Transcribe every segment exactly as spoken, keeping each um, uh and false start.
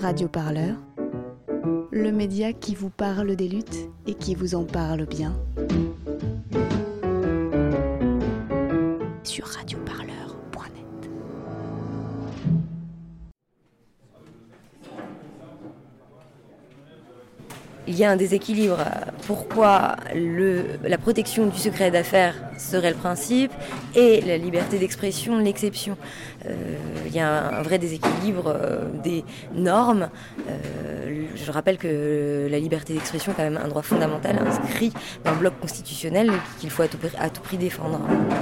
Radio Parleur, le média qui vous parle des luttes et qui vous en parle bien. Sur radioparleur point net. Il y a un déséquilibre. Pourquoi le, la protection du secret d'affaires serait le principe et la liberté d'expression l'exception. Euh, il y a un, un vrai déséquilibre euh, des normes. Euh, je rappelle que la liberté d'expression est quand même un droit fondamental inscrit dans le bloc constitutionnel qu'il faut à tout, à tout prix défendre.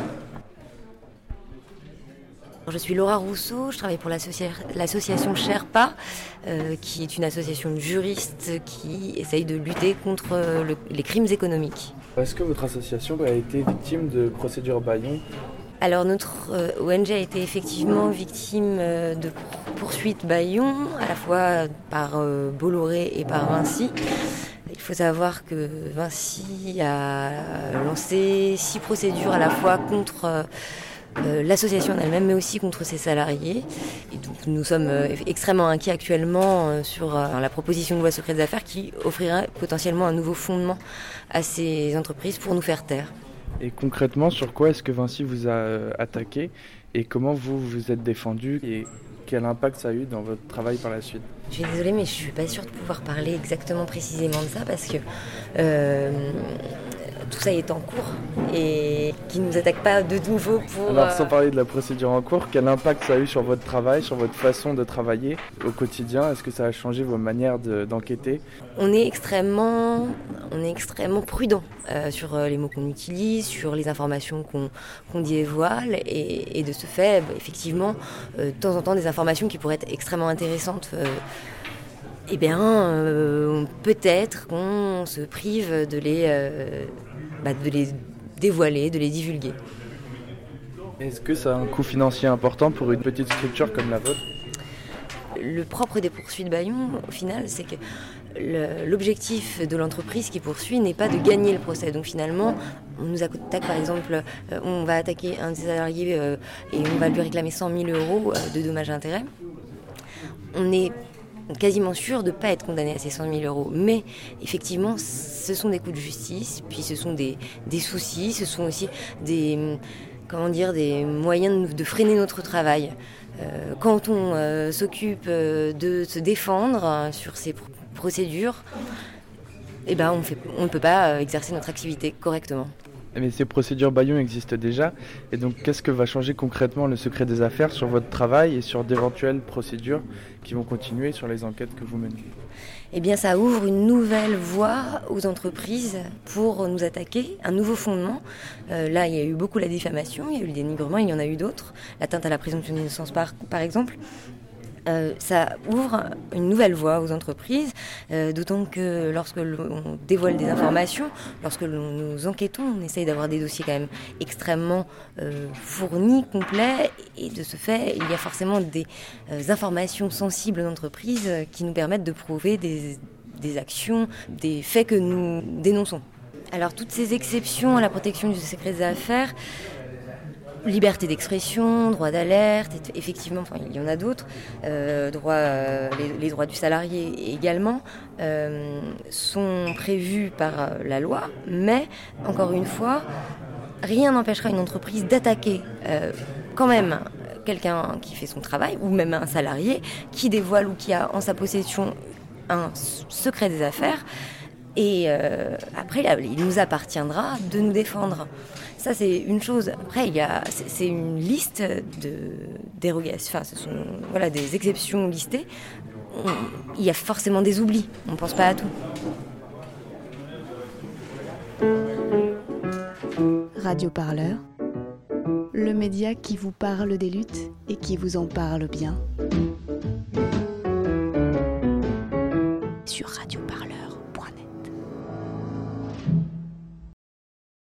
Je suis Laura Rousseau, je travaille pour l'associa- l'association Sherpa, euh, qui est une association de juristes qui essaye de lutter contre le, les crimes économiques. Est-ce que votre association a été victime de procédures bâillons ? Alors notre euh, O N G a été effectivement victime euh, de poursuites bâillons, à la fois par euh, Bolloré et par Vinci. Il faut savoir que Vinci a lancé six procédures à la fois contre... Euh, Euh, l'association en elle-même, mais aussi contre ses salariés. Et donc, nous sommes euh, extrêmement inquiets actuellement euh, sur euh, la proposition de loi secret des affaires qui offrirait potentiellement un nouveau fondement à ces entreprises pour nous faire taire. Et concrètement, sur quoi est-ce que Vinci vous a euh, attaqué et comment vous vous êtes défendu et quel impact ça a eu dans votre travail par la suite ? Je suis désolée, mais je suis pas sûre de pouvoir parler exactement précisément de ça parce que euh, tout ça est en cours et qui ne nous attaque pas de nouveau pour... Alors sans parler de la procédure en cours, quel impact ça a eu sur votre travail, sur votre façon de travailler au quotidien ? Est-ce que ça a changé vos manières de, d'enquêter ? On est extrêmement, on est extrêmement prudent euh, sur les mots qu'on utilise, sur les informations qu'on, qu'on dévoile et, et de ce fait, bah, effectivement, euh, de temps en temps des informations qui pourraient être extrêmement intéressantes. Euh, eh bien, euh, peut-être qu'on se prive de les, euh, bah, de les dévoiler, de les divulguer. Est-ce que ça a un coût financier important pour une petite structure comme la vôtre ? Le propre des poursuites bâillons, au final, c'est que le, l'objectif de l'entreprise qui poursuit n'est pas de gagner le procès. Donc finalement, on nous attaque par exemple, euh, on va attaquer un des salariés euh, et on va lui réclamer cent mille euros euh, de dommages et intérêts. On est quasiment sûr de ne pas être condamné à ces cent mille euros. Mais effectivement, ce sont des coûts de justice, puis ce sont des, des soucis, ce sont aussi des, comment dire, des moyens de, de freiner notre travail. Euh, quand on euh, s'occupe euh, de se défendre euh, sur ces pr- procédures, eh ben, on fait, on ne peut pas euh, exercer notre activité correctement. Mais ces procédures bâillons existent déjà, et donc qu'est-ce que va changer concrètement le secret des affaires sur votre travail et sur d'éventuelles procédures qui vont continuer sur les enquêtes que vous menez ? Eh bien, ça ouvre une nouvelle voie aux entreprises pour nous attaquer, un nouveau fondement. Euh, là, il y a eu beaucoup la diffamation, il y a eu le dénigrement, il y en a eu d'autres, l'atteinte à la présomption d'innocence par, par exemple. Euh, ça ouvre une nouvelle voie aux entreprises, euh, d'autant que lorsque l'on dévoile des informations, lorsque l'on, nous enquêtons, on essaye d'avoir des dossiers quand même extrêmement euh, fournis, complets, et de ce fait, il y a forcément des euh, informations sensibles d'entreprise qui nous permettent de prouver des, des actions, des faits que nous dénonçons. Alors toutes ces exceptions à la protection du secret des affaires, liberté d'expression, droit d'alerte, effectivement, enfin, il y en a d'autres, euh, droit, euh, les, les droits du salarié également, euh, sont prévus par la loi, mais, encore une fois, rien n'empêchera une entreprise d'attaquer euh, quand même quelqu'un qui fait son travail, ou même un salarié qui dévoile ou qui a en sa possession un secret des affaires, et euh, après, il nous appartiendra de nous défendre. Ça, c'est une chose. Après, il y a, c'est, c'est une liste de dérogations. Enfin, ce sont voilà, des exceptions listées. On, il y a forcément des oublis. On ne pense pas à tout. Radio Parleur, le média qui vous parle des luttes et qui vous en parle bien. Sur Radio